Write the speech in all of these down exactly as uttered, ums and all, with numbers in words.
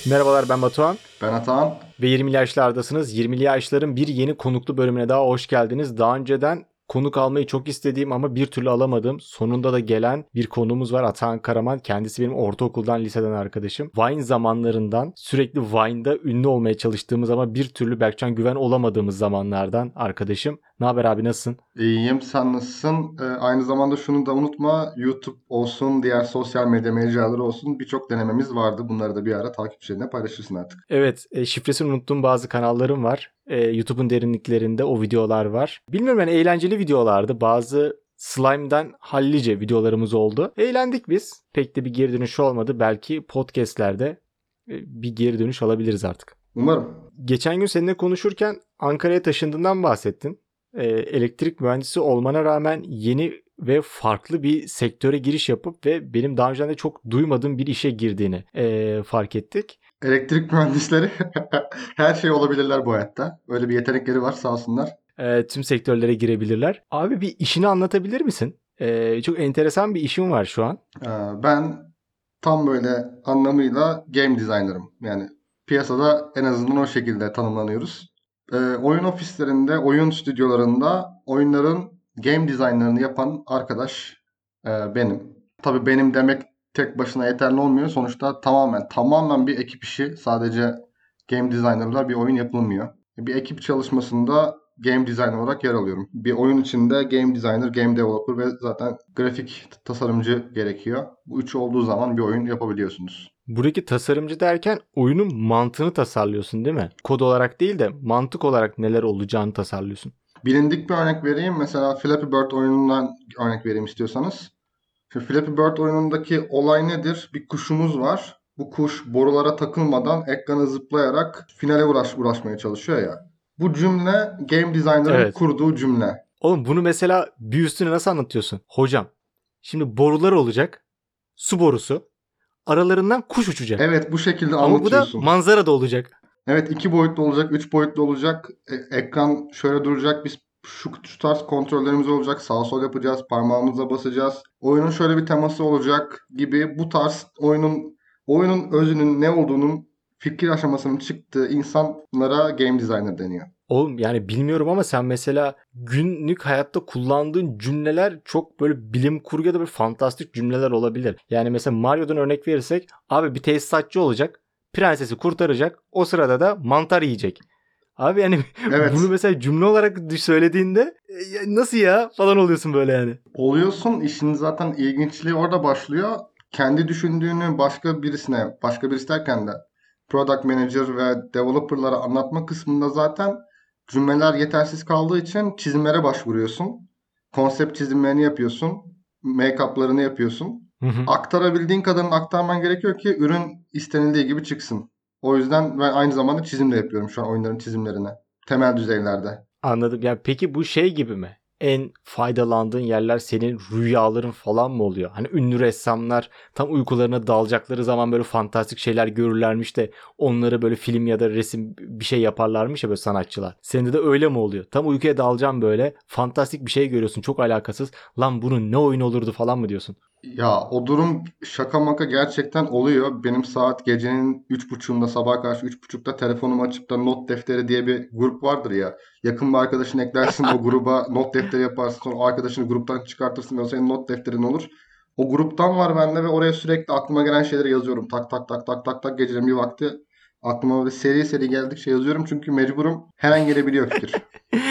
Merhabalar, ben Batuhan Ben Atahan. ve yirmili yaşlardasınız. yirmili yaşların bir yeni konuklu bölümüne daha hoş geldiniz. Daha önceden konuk almayı çok istediğim ama bir türlü alamadım. Sonunda da gelen bir konuğumuz var, Atahan Karaman. Kendisi benim ortaokuldan, liseden arkadaşım. Vine zamanlarından, sürekli Vine'da ünlü olmaya çalıştığımız ama bir türlü Berkcan Güven olamadığımız zamanlardan arkadaşım. Ne haber abi, nasılsın? İyiyim, sen nasılsın? Ee, aynı zamanda şunu da unutma, YouTube olsun, diğer sosyal medya mecraları olsun birçok denememiz vardı. Bunları da bir ara takipçilerine paylaşırsın artık. Evet, e, şifresini unuttuğum bazı kanallarım var. E, YouTube'un derinliklerinde o videolar var. Bilmiyorum, yani eğlenceli videolardı. Bazı slime'dan hallice videolarımız oldu. Eğlendik biz. Pek de bir geri dönüş olmadı. Belki podcastlerde e, bir geri dönüş alabiliriz artık. Umarım. Geçen gün seninle konuşurken Ankara'ya taşındığından bahsettin. E, elektrik mühendisi olmana rağmen yeni ve farklı bir sektöre giriş yapıp ve benim daha önce de çok duymadığım bir işe girdiğini e, fark ettik. Elektrik mühendisleri her şey olabilirler bu hayatta. Öyle bir yetenekleri var, sağ olsunlar. E, tüm sektörlere girebilirler. Abi, bir işini anlatabilir misin? E, çok enteresan bir işim var şu an. Ee, ben tam böyle anlamıyla game designer'ım. Yani piyasada en azından o şekilde tanımlanıyoruz. Ee, oyun ofislerinde, oyun stüdyolarında oyunların game design'larını yapan arkadaş e, benim. Tabii benim demek tek başına yeterli olmuyor. Sonuçta tamamen tamamen bir ekip işi. Sadece game designer'la bir oyun yapılmıyor. Bir ekip çalışmasında game designer olarak yer alıyorum. Bir oyun içinde game designer, game developer ve zaten grafik tasarımcı gerekiyor. Bu üçü olduğu zaman bir oyun yapabiliyorsunuz. Buradaki tasarımcı derken oyunun mantığını tasarlıyorsun değil mi? Kod olarak değil de mantık olarak neler olacağını tasarlıyorsun. Bilindik bir örnek vereyim. Mesela Flappy Bird oyunundan örnek vereyim istiyorsanız. Şimdi Flappy Bird oyunundaki olay nedir? Bir kuşumuz var. Bu kuş borulara takılmadan ekrana zıplayarak finale uğraş, uğraşmaya çalışıyor ya. Bu cümle game designer'ın Evet. kurduğu cümle. Oğlum, bunu mesela bir üstüne nasıl anlatıyorsun? Hocam, şimdi borular olacak. Su borusu. Aralarından kuş uçacak. Evet, bu şekilde Ama bu da anlatıyorsun. manzara da olacak. Evet, iki boyutlu olacak, üç boyutlu olacak. E- ekran şöyle duracak. Biz şu, şu tarz kontrollerimiz olacak. Sağ sol yapacağız. Parmağımıza basacağız. Oyunun şöyle bir teması olacak gibi bu tarz oyunun oyunun özünün ne olduğunun fikir aşamasının çıktığı insanlara game designer deniyor. Oğlum, yani bilmiyorum ama sen mesela günlük hayatta kullandığın cümleler çok böyle bilim kurgu ya da böyle fantastik cümleler olabilir. Yani mesela Mario'dan örnek verirsek, abi bir tesisatçı olacak. Prensesi kurtaracak. O sırada da mantar yiyecek. Abi yani bunu Evet, mesela cümle olarak söylediğinde e, ya nasıl ya falan oluyorsun böyle yani. oluyorsun. İşin zaten ilginçliği orada başlıyor. Kendi düşündüğünü başka birisine, başka birisi derken de product manager ve developerlara anlatma kısmında zaten cümleler yetersiz kaldığı için çizimlere başvuruyorsun. Konsept çizimlerini yapıyorsun. Make-up'larını yapıyorsun. Hı hı. Aktarabildiğin kadarını aktarman gerekiyor ki ürün istenildiği gibi çıksın. O yüzden ben aynı zamanda çizim de yapıyorum şu an oyunların çizimlerine. Temel düzeylerde. Anladım. Ya peki bu şey gibi mi? En faydalandığın yerler senin rüyaların falan mı oluyor? Hani ünlü ressamlar tam uykularına dalacakları zaman böyle fantastik şeyler görürlermiş de onları böyle film ya da resim bir şey yaparlarmış ya böyle sanatçılar. Sende de öyle mi oluyor? Tam uykuya dalacağım, böyle fantastik bir şey görüyorsun çok alakasız. Lan bunun ne oyun olurdu falan mı diyorsun? Ya o durum şaka maka gerçekten oluyor. Benim saat gecenin üç buçuğunda sabaha karşı üç buçukta telefonumu açıp da not defteri diye bir grup vardır ya. Yakın bir arkadaşını eklersin o gruba not defteri yaparsın. Sonra o arkadaşını gruptan çıkartırsın ve o senin not defterin olur. O gruptan var bende ve oraya sürekli aklıma gelen şeyleri yazıyorum. Tak tak tak tak tak tak gecenin bir vakti aklıma böyle seri seri geldikçe yazıyorum. Çünkü mecburum, her an gelebiliyor fikir.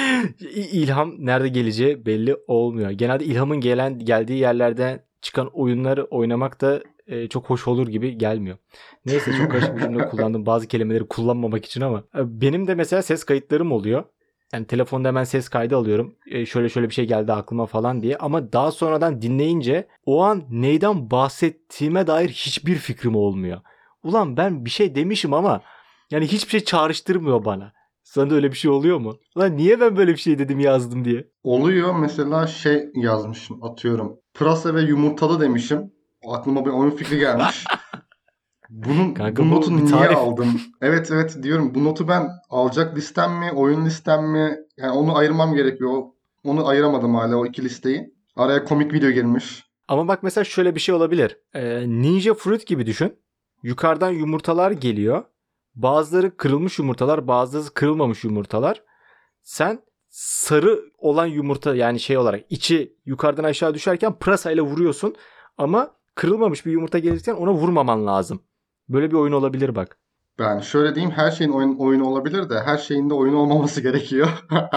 İlham nerede geleceği belli olmuyor. Genelde ilhamın gelen geldiği yerlerden çıkan oyunları oynamak da e, çok hoş olur gibi gelmiyor. Neyse, çok karışık bir cümle kullandım bazı kelimeleri kullanmamak için ama e, benim de mesela ses kayıtlarım oluyor. Yani telefonda hemen ses kaydı alıyorum. E, şöyle şöyle bir şey geldi aklıma falan diye. Ama daha sonradan dinleyince o an neyden bahsettiğime dair hiçbir fikrim olmuyor. Ulan ben bir şey demişim ama yani hiçbir şey çağrıştırmıyor bana. Sana da öyle bir şey oluyor mu? Lan niye ben böyle bir şey dedim yazdım diye. Oluyor, mesela şey yazmışım, atıyorum. Pırasa ve yumurtalı demişim. Aklıma bir oyun fikri gelmiş. Bunun, Kanka bu bu bir notu niye tarif. aldım? Evet evet diyorum. Bu notu ben alacak listem mi, oyun listem mi? Yani onu ayırmam gerekiyor. O- Onu ayıramadım hala, o iki listeyi. Araya komik video girmiş. Ama bak mesela şöyle bir şey olabilir. Ee, Ninja Fruit gibi düşün. yukarıdan yumurtalar geliyor. Bazıları kırılmış yumurtalar, bazıları kırılmamış yumurtalar. Sen sarı olan yumurta, yani şey olarak içi yukarıdan aşağı düşerken pırasayla vuruyorsun ama kırılmamış bir yumurta gelirken ona vurmaman lazım. Böyle bir oyun olabilir bak. Ben şöyle diyeyim, her şeyin oyun, oyunu olabilir de her şeyin de oyun olmaması gerekiyor.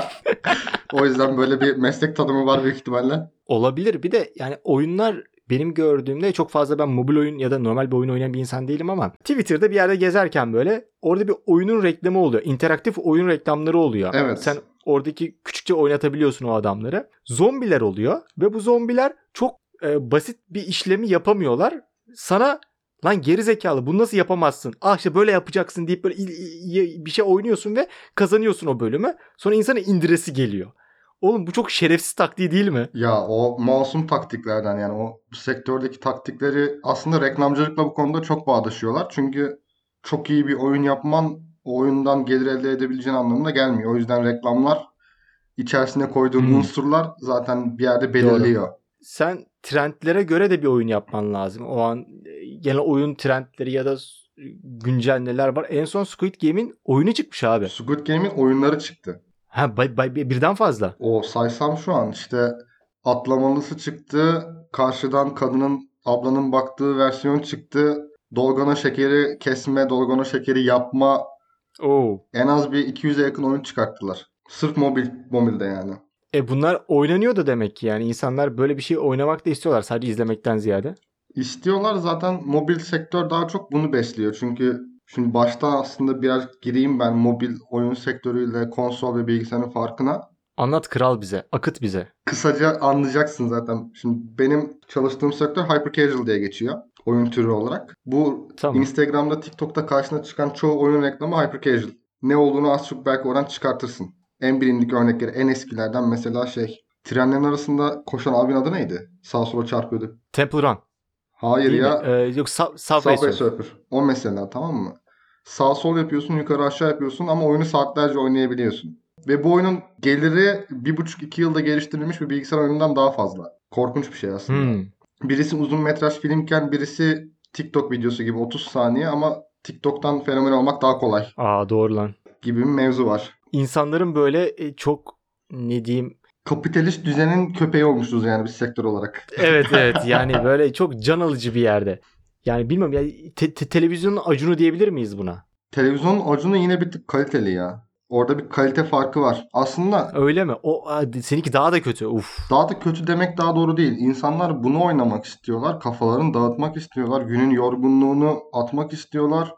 O yüzden böyle bir meslek tanımı var büyük ihtimalle. Olabilir. Bir de yani oyunlar benim gördüğümde çok fazla, ben mobil oyun ya da normal bir oyun oynayan bir insan değilim ama Twitter'da bir yerde gezerken böyle orada bir oyunun reklamı oluyor. İnteraktif oyun reklamları oluyor. Sen Evet. oradaki küçükçe oynatabiliyorsun o adamları. Zombiler oluyor ve bu zombiler çok e, basit bir işlemi yapamıyorlar. Sana lan geri zekalı bunu nasıl yapamazsın? Ah işte böyle yapacaksın deyip böyle il- il- bir şey oynuyorsun ve kazanıyorsun o bölümü. Sonra insana indiresi geliyor. Oğlum bu çok şerefsiz taktiği değil mi? Ya o masum taktiklerden, yani o sektördeki taktikleri aslında reklamcılıkla bu konuda çok bağdaşıyorlar. Çünkü çok iyi bir oyun yapman o oyundan gelir elde edebileceğin anlamına gelmiyor. O yüzden reklamlar, içerisine koyduğun Hmm, unsurlar zaten bir yerde doğru. belirliyor. Sen trendlere göre de bir oyun yapman lazım. O an e, gene oyun trendleri ya da s- güncel neler var. En son Squid Game'in oyunu çıkmış abi. Squid Game'in oyunları çıktı. Ha bay, bay, birden fazla. O saysam şu an işte atlamalısı çıktı. Karşıdan kadının, ablanın baktığı versiyon çıktı. Dolgana şekeri kesme, dolgana şekeri yapma, Oo. en az bir iki yüze yakın oyun çıkarttılar. Sırf mobil, mobilde yani. E bunlar oynanıyordu demek ki, yani insanlar böyle bir şey oynamak da istiyorlar sadece izlemekten ziyade. İstiyorlar zaten, mobil sektör daha çok bunu besliyor. Çünkü şimdi baştan aslında biraz gireyim ben mobil oyun sektörüyle konsol ve bilgisayarın farkına. Anlat kral bize, akıt bize. Kısaca anlayacaksın zaten. Şimdi benim çalıştığım sektör hyper casual diye geçiyor oyun türü olarak. Bu Tamam. Instagram'da, TikTok'ta karşına çıkan çoğu oyun reklamı hyper casual. Ne olduğunu az çok belki oradan çıkartırsın. En bilindik örnekleri, en eskilerden mesela şey. Trenlerin arasında koşan abinin adı neydi? Sağa sola çarpıyordu. Temple Run Hayır değil mi? ya, Ee, yok Sub- Subway Subway Surf. Surfer. O mesela, tamam mı? Sağ sol yapıyorsun, yukarı aşağı yapıyorsun ama oyunu saatlerce oynayabiliyorsun. Ve bu oyunun geliri bir buçuk iki yılda geliştirilmiş bir bilgisayar oyunundan daha fazla. Korkunç bir şey aslında. Hmm. Birisi uzun metraj filmken birisi TikTok videosu gibi otuz saniye ama TikTok'tan fenomen olmak daha kolay Aa doğru lan. gibi bir mevzu var. İnsanların böyle e, çok, ne diyeyim, Kapitalist düzenin köpeği olmuşuz yani biz sektör olarak. evet evet, yani böyle çok can alıcı bir yerde. Yani bilmiyorum ya, te- te- televizyonun Acun'u diyebilir miyiz buna? Televizyonun acunu yine bir tık kaliteli ya. Orada bir kalite farkı var. Aslında Öyle mi? O aa, seninki daha da kötü. Uf. daha da kötü demek daha doğru değil. İnsanlar bunu oynamak istiyorlar. Kafalarını dağıtmak istiyorlar. Günün yorgunluğunu atmak istiyorlar.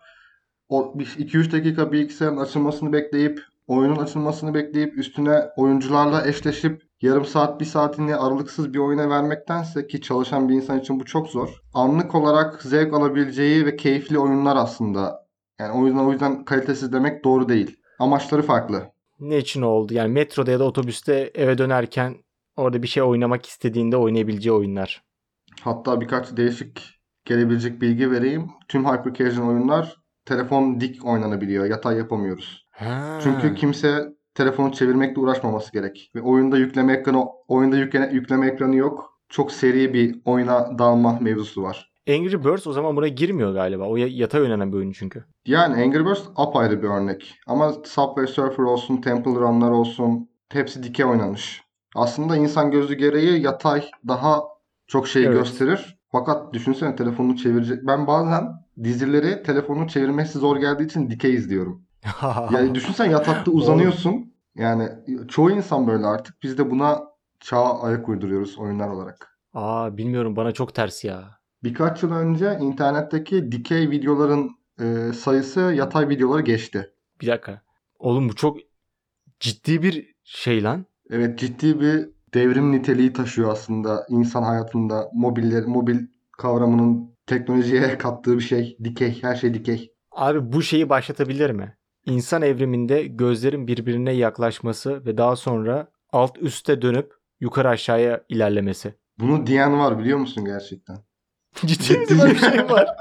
O iki üç dakika bilgisayarın açılmasını bekleyip, oyunun açılmasını bekleyip, üstüne oyuncularla eşleşip yarım saat, bir saatini aralıksız bir oyuna vermektense, ki çalışan bir insan için bu çok zor. Anlık olarak zevk alabileceği ve keyifli oyunlar aslında. Yani o yüzden o yüzden kalitesiz demek doğru değil. Amaçları farklı. Ne için oldu? Yani metroda ya da otobüste eve dönerken orada bir şey oynamak istediğinde oynayabileceği oyunlar. Hatta birkaç değişik gelebilecek bilgi vereyim. Tüm hyper casual oyunlar telefon dik oynanabiliyor. Yatay yapamıyoruz. Çünkü Ha. kimse telefonu çevirmekle uğraşmaması gerek. Ve oyunda yükleme ekranı oyunda yükleme, yükleme ekranı yok. Çok seri bir oyuna dalma mevzusu var. Angry Birds o zaman buna girmiyor galiba. O ya- yatay oynanan bir oyun çünkü. Yani Angry Birds apayrı bir örnek. Ama Subway Surfer olsun, Temple Run'lar olsun, hepsi dikey oynanmış. Aslında insan gözü gereği yatay daha çok şey Evet. gösterir. Fakat düşünsene, telefonunu çevirecek. Ben bazen dizileri telefonunu çevirmesi zor geldiği için dikey izliyorum. Yani düşünsen, yatakta Oğlum. uzanıyorsun. Yani çoğu insan böyle artık. Biz de buna çağa ayak uyduruyoruz oyunlar olarak. Aa bilmiyorum, bana çok ters ya. Birkaç yıl önce internetteki dikey videoların e, sayısı yatay videoları geçti. Bir dakika. Oğlum bu çok ciddi bir şey lan. Evet, ciddi bir devrim niteliği taşıyor aslında insan hayatında. Mobiller, mobil kavramının teknolojiye kattığı bir şey. Dikey, her şey dikey. Abi bu şeyi başlatabilir mi? İnsan evriminde gözlerin birbirine yaklaşması ve daha sonra alt üste dönüp yukarı aşağıya ilerlemesi. Bunu diyen var, biliyor musun gerçekten? Ciddi misin, Ciddi. böyle bir şey mi var?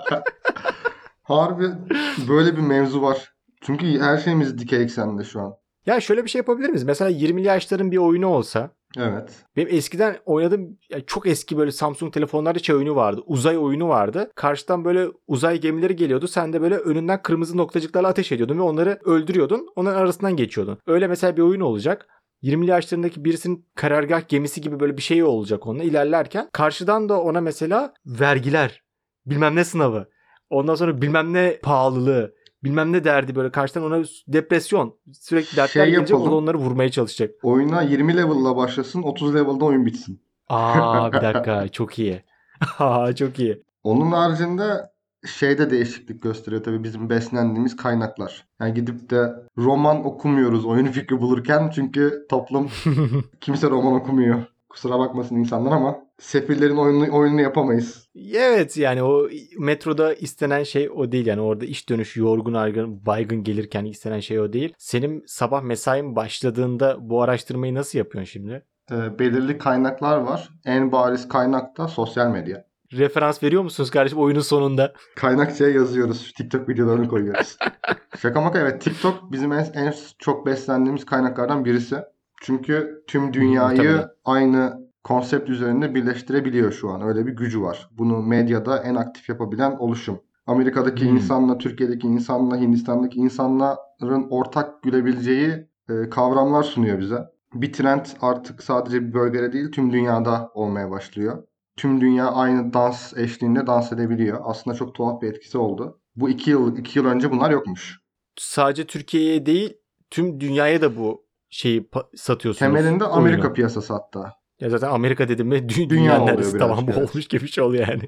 Harbi böyle bir mevzu var. Çünkü her şeyimiz dikey eksende şu an. Ya şöyle bir şey yapabilir miyiz? Mesela yirmili yaşların bir oyunu olsa Evet. Benim eskiden oynadığım yani çok eski böyle Samsung telefonlarda şey oyunu vardı. Uzay oyunu vardı. Karşıdan böyle uzay gemileri geliyordu. Sen de böyle önünden kırmızı noktacıklarla ateş ediyordun ve onları öldürüyordun. Onların arasından geçiyordun. Öyle mesela bir oyun olacak. yirmili yaşlarındaki birisinin karargah gemisi gibi böyle bir şey olacak onunla ilerlerken. Karşıdan da ona mesela vergiler, bilmem ne sınavı, ondan sonra bilmem ne pahalılığı, bilmem ne derdi böyle karşıdan ona depresyon, sürekli dertler Şey gelecek, o da yapalım. onları vurmaya çalışacak. Oyuna yirmi level'la başlasın, otuz level'da oyun bitsin. Aa bir dakika, çok iyi. Aa çok iyi. Onun haricinde şeyde değişiklik gösteriyor tabii bizim beslendiğimiz kaynaklar. Yani gidip de roman okumuyoruz oyun fikri bulurken çünkü toplum kimse roman okumuyor. Kusura bakmasın insanlar ama sefillerin oyununu, oyununu yapamayız. Evet yani o metroda istenen şey o değil, yani orada iş dönüşü yorgun argın baygın gelirken istenen şey o değil. Senin sabah mesain başladığında bu araştırmayı nasıl yapıyorsun şimdi? Ee, belirli kaynaklar var. En bariz kaynak da sosyal medya. Referans veriyor musunuz kardeşim oyunun sonunda? Kaynakçaya yazıyoruz. TikTok videolarını koyuyoruz. Şaka maka evet, TikTok bizim en, en çok beslendiğimiz kaynaklardan birisi. Çünkü tüm dünyayı Muhtemelen. aynı konsept üzerinde birleştirebiliyor şu an. Öyle bir gücü var. Bunu medyada en aktif yapabilen oluşum. Amerika'daki Hmm. insanla, Türkiye'deki insanla, Hindistan'daki insanların ortak gülebileceği e, kavramlar sunuyor bize. Bir trend artık sadece bir bölgede değil tüm dünyada olmaya başlıyor. Tüm dünya aynı dans eşliğinde dans edebiliyor. Aslında çok tuhaf bir etkisi oldu. Bu iki yıl, iki yıl önce bunlar yokmuş. Sadece Türkiye'ye değil tüm dünyaya da bu şeyi pa- satıyorsunuz, Temelinde Amerika oyunu. piyasası hatta. Ya zaten Amerika dedim mi dü- Dünya dünya oluyor neredeyse birazcık, tamamı evet. olmuş gibi bir şey oluyor yani.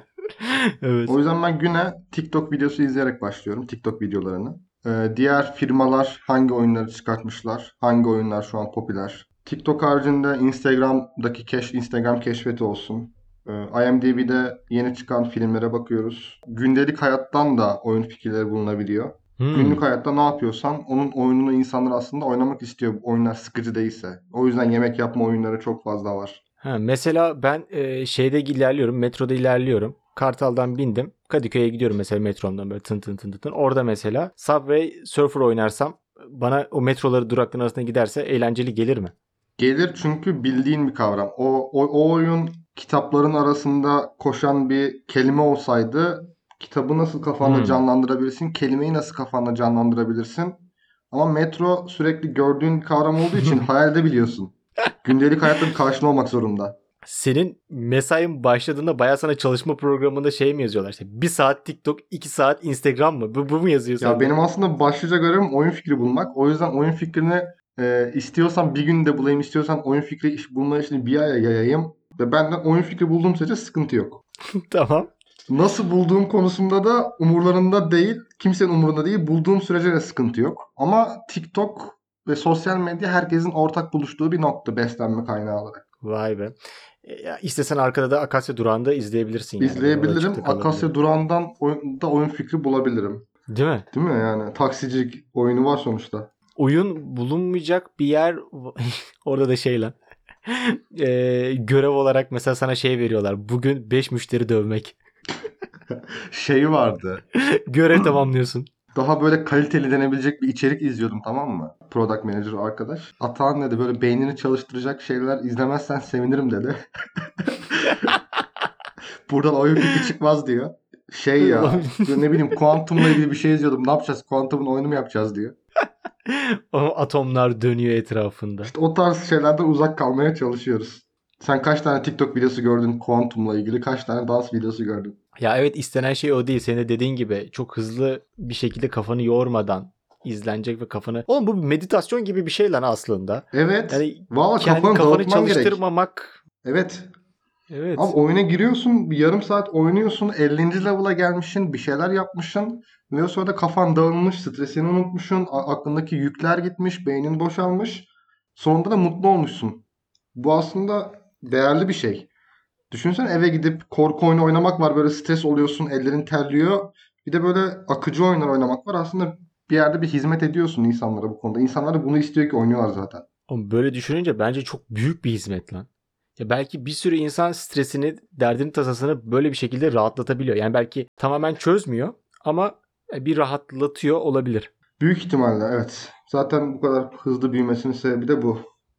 Evet. O yüzden ben güne TikTok videosu izleyerek başlıyorum. TikTok videolarını. Ee, diğer firmalar hangi oyunları çıkartmışlar? Hangi oyunlar şu an popüler? TikTok haricinde Instagram'daki keş, Instagram keşfeti olsun. Ee, IMDb'de yeni çıkan filmlere bakıyoruz. Gündelik hayattan da oyun fikirleri bulunabiliyor. Günlük Hmm. hayatta ne yapıyorsan onun oyununu insanlar aslında oynamak istiyor. Oyunlar sıkıcı değilse. O yüzden yemek yapma oyunları çok fazla var. Ha, mesela ben e, şeyde ilerliyorum, metroda ilerliyorum. Kartal'dan bindim. Kadıköy'e gidiyorum mesela metromdan böyle tın tın tın tın tın. Orada mesela Subway Surfer oynarsam bana o metroları durakların arasında giderse eğlenceli gelir mi? Gelir çünkü bildiğin bir kavram. O, o, o oyun kitapların arasında koşan bir kelime olsaydı kitabı nasıl kafanda Hmm. canlandırabilirsin, kelimeyi nasıl kafanda canlandırabilirsin? Ama metro sürekli gördüğün bir kavram olduğu için hayal edebiliyorsun. Gündelik hayatta bir karşılığı olmak zorunda. Senin mesain başladığında bayağı sana çalışma programında şey mi yazıyorlar? İşte bir saat TikTok, iki saat Instagram mı? Bu, bu mu yazıyor Ya sende? benim aslında başlıca görevim oyun fikri bulmak. O yüzden oyun fikrini e, istiyorsan bir günde bulayım, istiyorsan oyun fikri iş bulma işini bir aya yayayım. Ve benden oyun fikri bulduğum sürece sıkıntı yok. Tamam. Nasıl bulduğum konusunda da umurlarında değil. Kimsenin umurunda değil. Bulduğum sürece de sıkıntı yok. Ama TikTok ve sosyal medya herkesin ortak buluştuğu bir nokta beslenme kaynağı olarak. Vay be. E, ya istesen arkada da Akasya durağında izleyebilirsin yani. Böyle o da İzleyebilirim. açıkta kalabilir. Akasya Duran'dan oyun, da oyun fikri bulabilirim. Değil mi? Değil mi yani? Taksicilik oyunu var sonuçta. Oyun bulunmayacak bir yer orada da şey lan. E, görev olarak mesela sana şey veriyorlar. Bugün beş müşteri dövmek. Şey vardı. Görev tamamlıyorsun. Daha böyle kaliteli denebilecek bir içerik izliyordum, tamam mı? Product Manager arkadaş. Atahan dedi böyle beynini çalıştıracak şeyler izlemezsen sevinirim dedi. Buradan oyun fikri çıkmaz diyor. Şey ya ne bileyim kuantumla ilgili bir şey izliyordum. Ne yapacağız? Kuantumun oyunu mu yapacağız diyor. O atomlar dönüyor etrafında. İşte o tarz şeylerden uzak kalmaya çalışıyoruz. Sen kaç tane TikTok videosu gördün kuantumla ilgili? Kaç tane dans videosu gördün? Ya evet, istenen şey o değil. Senin de dediğin gibi çok hızlı bir şekilde kafanı yormadan izlenecek ve kafanı... Oğlum bu bir meditasyon gibi bir şey lan aslında. Evet. Yani Valla kendi kafanı kafanı dağıtman gerek. çalıştırmamak. Evet. Abi Evet. oyuna giriyorsun, bir yarım saat oynuyorsun, ellinci level'a gelmişsin, bir şeyler yapmışsın ve o sırada kafan dağılmış, stresini unutmuşsun, a- aklındaki yükler gitmiş, beynin boşalmış. Sonunda da mutlu olmuşsun. Bu aslında değerli bir şey. Düşünsene eve gidip korku oyunu oynamak var, böyle stres oluyorsun, ellerin terliyor. Bir de böyle akıcı oyunlar oynamak var. Aslında bir yerde bir hizmet ediyorsun insanlara bu konuda. İnsanlar da bunu istiyor ki oynuyorlar zaten. Oğlum böyle düşününce bence çok büyük bir hizmet lan. Ya belki bir sürü insan stresini, derdini, tasasını böyle bir şekilde rahatlatabiliyor. Yani belki tamamen çözmüyor ama bir rahatlatıyor olabilir. Büyük ihtimalle evet. Zaten bu kadar hızlı büyümesinin sebebi de bu.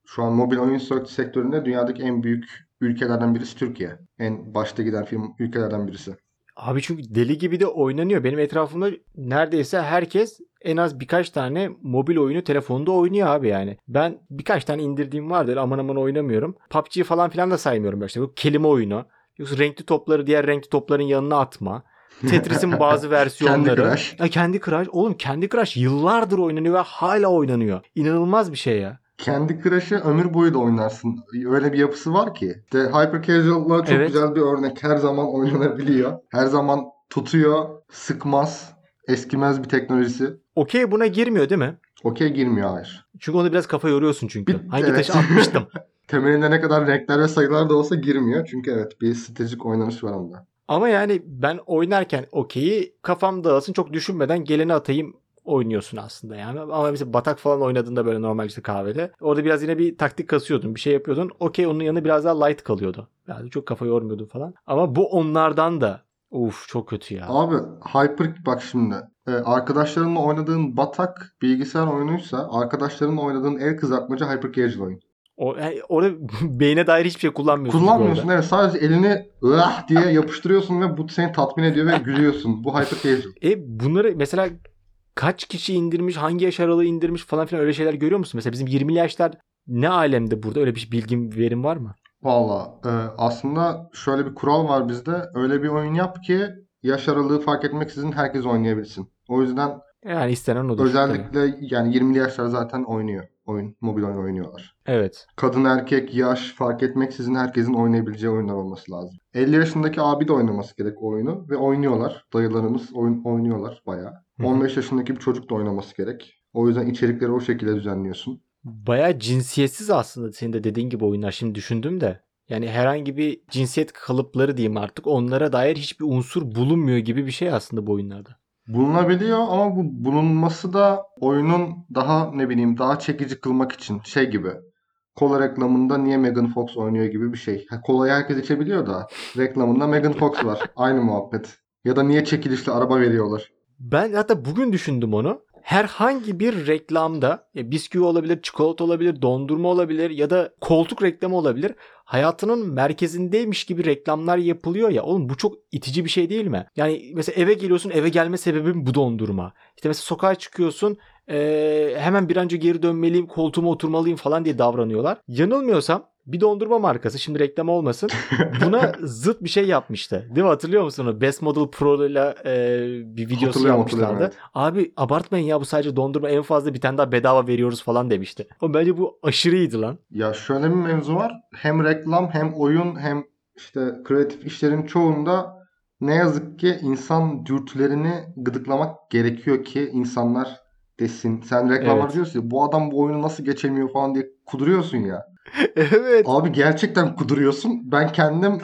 Şu an mobil oyun sek- sektöründe dünyadaki en büyük ülkelerden birisi Türkiye. En başta giden film ülkelerden birisi. Abi çünkü deli gibi de oynanıyor. Benim etrafımda neredeyse herkes en az birkaç tane mobil oyunu telefonda oynuyor abi yani. Ben birkaç tane indirdiğim vardır, aman aman oynamıyorum. P U B G falan filan da saymıyorum ben işte. Bu kelime oyunu. Yoksa renkli topları diğer renkli topların yanına atma. Tetris'in bazı Candy versiyonları. Crush. Ya Candy Crush. Oğlum Candy Crush yıllardır oynanıyor ve hala oynanıyor. İnanılmaz bir şey ya. Candy Crush'ı ömür boyu da oynarsın. Öyle bir yapısı var ki. De Hyper Casual'la çok Evet. güzel bir örnek. Her zaman oynanabiliyor. Her zaman tutuyor, sıkmaz, eskimez bir teknolojisi. Okey buna girmiyor değil mi? Okey girmiyor, hayır. Çünkü onu biraz kafa yoruyorsun Bir, çünkü. Hangi evet. taşı atmıştım? Temelinde ne kadar renkler ve sayılar da olsa girmiyor. Çünkü evet, bir stratejik oynanış var onda. Ama yani ben oynarken okeyi kafam dağılsın çok düşünmeden geleni atayım oynuyorsun aslında yani. Ama mesela batak falan oynadığında böyle normal işte kahvede. Orada biraz yine bir taktik kasıyordun. Bir şey yapıyordun. Okey onun yanı biraz daha light kalıyordu. Yani çok kafa yormuyordun falan. Ama bu onlardan da uf çok kötü ya. Abi Hyper bak şimdi. Ee, arkadaşlarınla oynadığın batak bilgisayar oyunuysa arkadaşlarınla oynadığın el kızartmacı Hyper Casual oyun. O, yani orada beyne dair hiçbir şey kullanmıyorsun çünkü Kullanmıyorsun, orada. evet, sadece elini ıh diye yapıştırıyorsun ve bu seni tatmin ediyor ve gülüyorsun. Bu Hyper Casual. E bunları mesela kaç kişi indirmiş, hangi yaş aralığı indirmiş falan filan öyle şeyler görüyor musun? Mesela bizim yirmili yaşlar ne alemde burada? Öyle bir bilgin, verim var mı? Valla e, aslında şöyle bir kural var bizde. Öyle bir oyun yap ki yaş aralığı fark etmeksizin herkes oynayabilsin. O yüzden Yani istenen odur tabii. özellikle yani yirmili yaşlar zaten oynuyor. Oyun, mobil oyun oynuyorlar. Evet. Kadın erkek yaş fark etmeksizin herkesin oynayabileceği oyunlar olması lazım. elli yaşındaki abi de oynaması gerek o oyunu ve oynuyorlar. Dayılarımız oyun oynuyorlar bayağı. Hı on hı. beş yaşındaki bir çocuk da oynaması gerek. O yüzden içerikleri o şekilde düzenliyorsun. Bayağı cinsiyetsiz aslında senin de dediğin gibi oyunlar. Şimdi düşündüm de. Yani herhangi bir cinsiyet kalıpları diyeyim artık onlara dair hiçbir unsur bulunmuyor gibi bir şey aslında bu oyunlarda. Bulunabiliyor ama bu bulunması da oyunun daha ne bileyim daha çekici kılmak için şey gibi. Kola reklamında niye Megan Fox oynuyor gibi bir şey. Ha, kolayı herkes içebiliyor da reklamında Megan Fox var. Aynı muhabbet. Ya da niye çekilişli araba veriyorlar. Ben hatta bugün düşündüm onu. Herhangi bir reklamda ya bisküvi olabilir, çikolata olabilir, dondurma olabilir ya da koltuk reklamı olabilir. Hayatının merkezindeymiş gibi reklamlar yapılıyor ya. Oğlum bu çok itici bir şey değil mi? Yani mesela eve geliyorsun, eve gelme sebebim bu dondurma. İşte mesela sokağa çıkıyorsun, eee, hemen bir an önce geri dönmeliyim, koltuğuma oturmalıyım falan diye davranıyorlar. Yanılmıyorsam bir dondurma markası şimdi reklam olmasın buna zıt bir şey yapmıştı. Değil mi? Hatırlıyor musun onu? Best Model Pro ile e, bir videosu Hatırlıyorum hatırlıyorum, yapmışlardı. evet. Abi abartmayın ya bu sadece dondurma en fazla bir tane daha bedava veriyoruz falan demişti. Ama bence bu aşırıydı lan. Ya şöyle bir mevzu var. Hem reklam hem oyun hem işte kreatif işlerin çoğunda ne yazık ki insan dürtülerini gıdıklamak gerekiyor ki insanlar desin. Sen reklamlar Evet. diyorsun ya, bu adam bu oyunu nasıl geçemiyor falan diye kuduruyorsun ya. Evet. Abi gerçekten kuduruyorsun. Ben kendim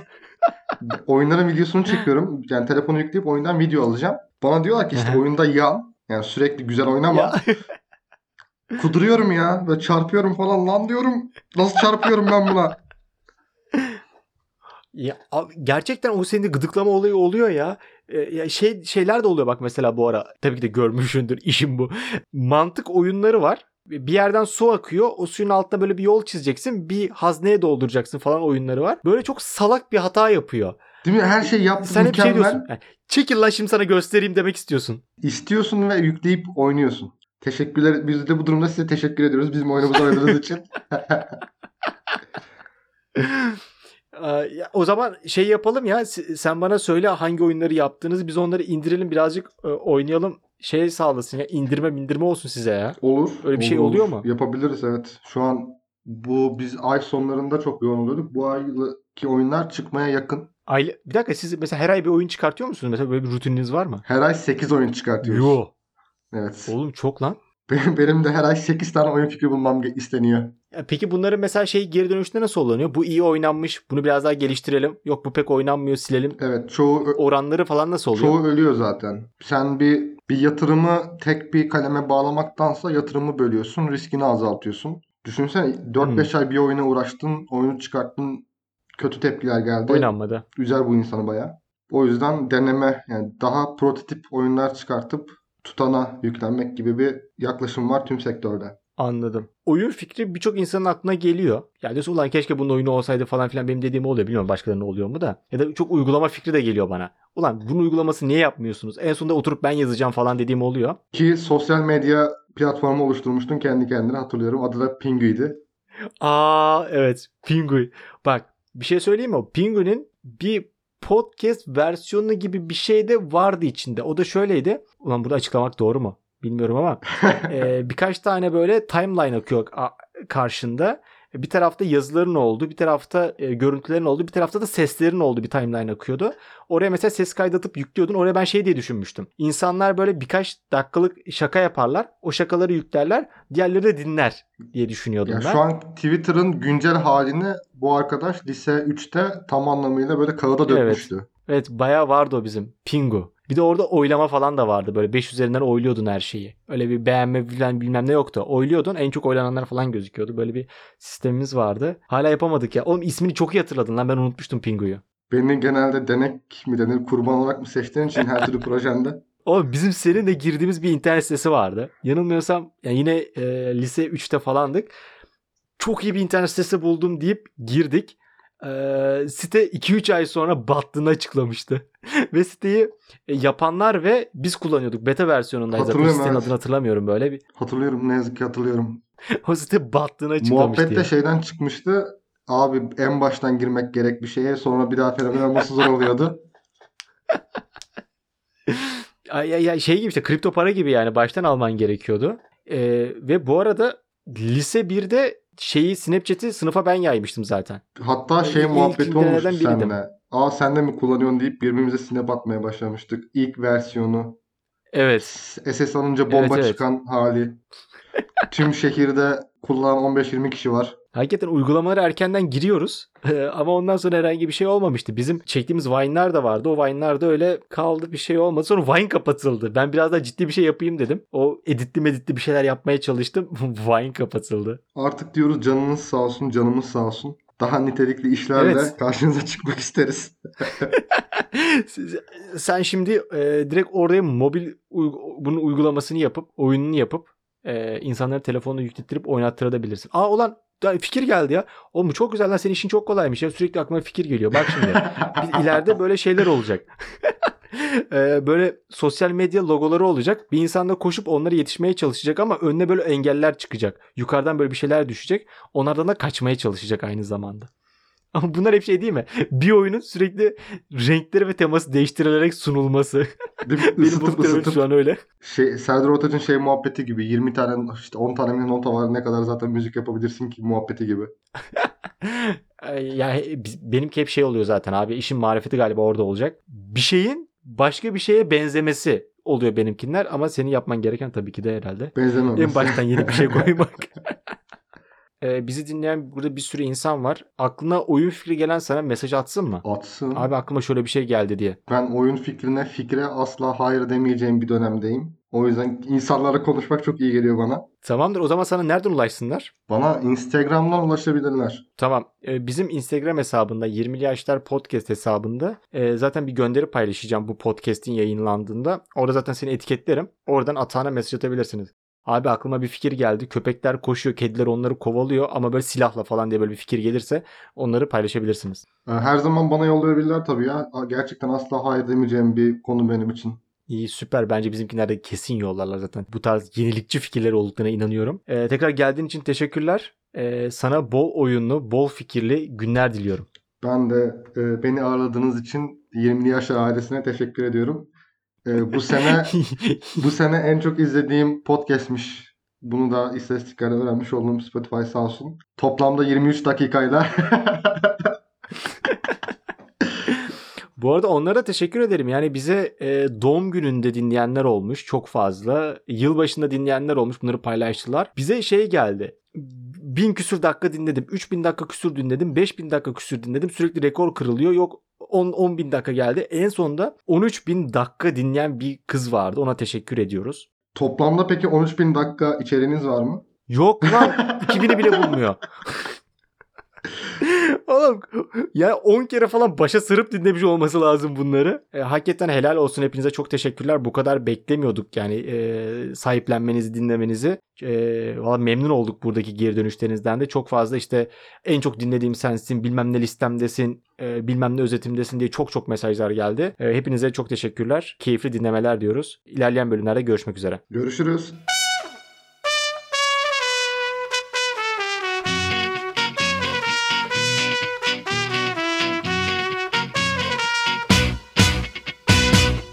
oyunların videosunu çekiyorum. Yani telefonu yükleyip oyundan video alacağım. Bana diyorlar ki işte oyunda yan. Yani sürekli güzel Ya oynama. Kuduruyorum ya. Böyle çarpıyorum falan. Lan diyorum. Nasıl çarpıyorum ben buna? Ya abi, gerçekten o senin de gıdıklama olayı oluyor ya. Ee, ya şey şeyler de oluyor bak mesela bu ara. Tabii ki de görmüşsündür işim bu. Mantık oyunları var. Bir yerden su akıyor. O suyun altına böyle bir yol çizeceksin. Bir hazneye dolduracaksın falan oyunları var. Böyle çok salak bir hata yapıyor. Değil mi? Her E, şey yaptık Sen hep şey mükemmel. diyorsun. Yani, çekil lan şimdi sana göstereyim demek istiyorsun. İstiyorsun ve yükleyip oynuyorsun. Teşekkürler. Biz de bu durumda size teşekkür ediyoruz. Bizim oyunumuzu oynadığınız için. Ee, ya, o zaman şey yapalım ya s- sen bana söyle hangi oyunları yaptığınızı biz onları indirelim birazcık e, oynayalım şey sağlasın ya indirme indirme olsun size ya. Olur. Öyle bir Olur şey olur. oluyor mu? Yapabiliriz, evet. Şu an bu biz ay sonlarında çok yoğun oluyorduk. Bu ayki oyunlar çıkmaya yakın. Aylı... Bir dakika siz mesela her ay bir oyun çıkartıyor musunuz? Mesela böyle bir rutininiz var mı? Her ay sekiz oyun çıkartıyoruz. Yo. Evet. Oğlum çok lan. Benim, benim de her ay sekiz tane oyun fikri bulmam ge- isteniyor. Ya peki bunların mesela şey geri dönüşünde nasıl oluyor? Bu iyi oynanmış. Bunu biraz daha geliştirelim. Yok bu pek oynanmıyor silelim. Evet, çoğu ö- Oranları falan nasıl oluyor? çoğu ölüyor zaten. Sen bir bir yatırımı tek bir kaleme bağlamaktansa yatırımı bölüyorsun, riskini azaltıyorsun. Düşünsene dört Hmm, beş ay bir oyuna uğraştın, oyunu çıkarttın, kötü tepkiler geldi. oynanmadı. Üzer bu insanı bayağı. O yüzden deneme, yani daha prototip oyunlar çıkartıp tutana yüklenmek gibi bir yaklaşım var tüm sektörde. Anladım. Oyun fikri birçok insanın aklına geliyor. Yani diyorsun ulan keşke bunun oyunu olsaydı falan filan benim dediğim oluyor. Bilmiyorum başkalarının oluyor mu da. Ya da çok uygulama fikri de geliyor bana. Ulan bunun uygulaması niye yapmıyorsunuz? En sonunda oturup ben yazacağım falan dediğim oluyor. Ki sosyal medya platformu oluşturmuştun kendi kendine, hatırlıyorum. Adı da Pingu'ydu. Aa evet. Penguin. Bak bir şey söyleyeyim mi? O Penguin'in bir podcast versiyonu gibi bir şey de vardı içinde. O da şöyleydi. Ulan bunu açıklamak doğru mu? Bilmiyorum ama e, birkaç tane böyle timeline akıyor a- karşında. Bir tarafta yazıların olduğu, bir tarafta e, görüntülerin olduğu, bir tarafta da seslerin olduğu bir timeline akıyordu. Oraya mesela ses kaydatıp yüklüyordun. Oraya ben şey diye düşünmüştüm. İnsanlar böyle birkaç dakikalık şaka yaparlar. O şakaları yüklerler. Diğerleri de dinler diye düşünüyordum Ya ben. şu an Twitter'ın güncel halini bu arkadaş lise üçte tam anlamıyla böyle kağıda Evet. dökmüştü. Evet bayağı vardı o bizim. Pingu. Bir de orada oylama falan da vardı. Böyle beş üzerinden oyluyordun her şeyi. Öyle bir beğenme bilmem, bilmem ne yoktu. Oyluyordun en çok oylananlar falan gözüküyordu. Böyle bir sistemimiz vardı. Hala yapamadık ya. Oğlum ismini çok iyi hatırladın lan. Ben unutmuştum Pingu'yu. Beni genelde denek mi denir, kurban olarak mı seçtiğin için her türlü projende. Oğlum bizim seninle girdiğimiz bir internet sitesi vardı. Yanılmıyorsam yani yine e, lise üçte falandık. Çok iyi bir internet sitesi buldum deyip girdik. Ee, site iki üç ay sonra battığını açıklamıştı. Ve siteyi e, yapanlar ve biz kullanıyorduk. Beta versiyonundayız zaten. Hatırlıyorum, Sitenin evet. adını hatırlamıyorum böyle. Bir, Hatırlıyorum, ne yazık ki hatırlıyorum. o site battığını açıklamıştı Muhabbet de ya. şeyden çıkmıştı. Abi en baştan girmek gerek bir şeye, sonra bir daha fenomen olması zor oluyordu. Ay, ay, ay, şey gibi işte kripto para gibi yani baştan alman gerekiyordu. Ee, ve bu arada lise birde şeyi Snapchat'i sınıfa ben yaymıştım zaten. Hatta şey İlk muhabbeti olmuştu linklerden biriydim. seninle. Aa sen de mi kullanıyorsun deyip birbirimize snap atmaya başlamıştık. İlk versiyonu. Evet. S S alınca Evet bomba evet. çıkan hali. Tüm şehirde kullanan on beş yirmi kişi var. Hakikaten uygulamalara erkenden giriyoruz ama ondan sonra herhangi bir şey olmamıştı. Bizim çektiğimiz Vine'lar da vardı. O Vine'lar da öyle kaldı, bir şey olmadı. Sonra Vine kapatıldı. Ben biraz daha ciddi bir şey yapayım dedim. O editli meditli bir şeyler yapmaya çalıştım. Vine kapatıldı. Artık diyoruz canınız sağ olsun, canımız sağ olsun. Daha nitelikli işlerle Evet. karşınıza çıkmak isteriz. Sen şimdi e, direkt oraya mobil uygu- bunun uygulamasını yapıp, oyununu yapıp e, insanları telefonla yüklettirip oynattırabilirsin. Aa ulan da fikir geldi ya. Oğlum bu çok güzel lan, senin işin çok kolaymış ya. Sürekli aklıma fikir geliyor. Bak şimdi. Biz ileride böyle şeyler olacak. Ee, böyle sosyal medya logoları olacak. Bir insan da koşup onlara yetişmeye çalışacak ama önüne böyle engeller çıkacak. Yukarıdan böyle bir şeyler düşecek. Onlardan da kaçmaya çalışacak aynı zamanda. Ama bunlar hep şey değil mi? Bir oyunun sürekli renkleri ve teması değiştirilerek sunulması. Değil mi? Benim Isıtıp bulduklarım ısıtıp şu an öyle. şey, Serdar Ortaç'ın şey muhabbeti gibi, yirmi tane işte on tane mi nota var, ne kadar zaten müzik yapabilirsin ki muhabbeti gibi. Yani benimki hep şey oluyor zaten abi. İşin marifeti galiba orada olacak. Bir şeyin başka bir şeye benzemesi oluyor benimkinler ama senin yapman gereken tabii ki de herhalde Benzememesi. en baştan yeni bir şey koymak. Ee, bizi dinleyen burada bir sürü insan var. Aklına oyun fikri gelen sana mesaj atsın mı? Atsın. Abi aklıma şöyle bir şey geldi diye. Ben oyun fikrine, fikre asla hayır demeyeceğim bir dönemdeyim. O yüzden insanlarla konuşmak çok iyi geliyor bana. Tamamdır, o zaman sana nereden ulaşsınlar? Bana Instagram'dan ulaşabilirler. Tamam. Ee, bizim Instagram hesabında yirmili Yaşlar Podcast hesabında e, zaten bir gönderi paylaşacağım bu podcast'in yayınlandığında. Orada zaten seni etiketlerim. Oradan atağına mesaj atabilirsiniz. Abi aklıma bir fikir geldi. Köpekler koşuyor, kediler onları kovalıyor ama böyle silahla falan diye böyle bir fikir gelirse onları paylaşabilirsiniz. Her zaman bana yollayabilirler tabii ya. Gerçekten asla hayır demeyeceğim bir konu benim için. İyi, süper. Bence bizimkiler de kesin yollarlar zaten. Bu tarz yenilikçi fikirleri olduklarına inanıyorum. Ee, tekrar geldiğin için teşekkürler. Ee, sana bol oyunlu, bol fikirli günler diliyorum. Ben de e, beni ağırladığınız için yirmili Yaşlar ailesine teşekkür ediyorum. E, bu sene bu sene en çok izlediğim podcast'miş. Bunu da istatistiklerden öğrenmiş olduğum Spotify sağ olsun. Toplamda yirmi üç dakikayla. Bu arada onlara teşekkür ederim. Yani bize e, doğum gününde dinleyenler olmuş çok fazla. Yılbaşında dinleyenler olmuş, bunları paylaştılar. Bize şey geldi. Bin küsür dakika dinledim. Üç bin dakika küsür dinledim. Beş bin dakika küsür dinledim. Sürekli rekor kırılıyor. Yok on bin dakika geldi. En sonunda on üç bin dakika dinleyen bir kız vardı. Ona teşekkür ediyoruz. Toplamda peki on üç bin dakika içeriğiniz var mı? Yok lan. iki bini bile bulmuyor. Oğlum ya on kere falan başa sarıp dinlemiş olması lazım bunları. E, hakikaten helal olsun, hepinize çok teşekkürler. Bu kadar beklemiyorduk yani e, sahiplenmenizi, dinlemenizi. E, valla memnun olduk buradaki geri dönüşlerinizden de. Çok fazla işte en çok dinlediğim sensin, bilmem ne listemdesin, e, bilmem ne özetimdesin diye çok çok mesajlar geldi. E, hepinize çok teşekkürler. Keyifli dinlemeler diyoruz. İlerleyen bölümlerde görüşmek üzere. Görüşürüz.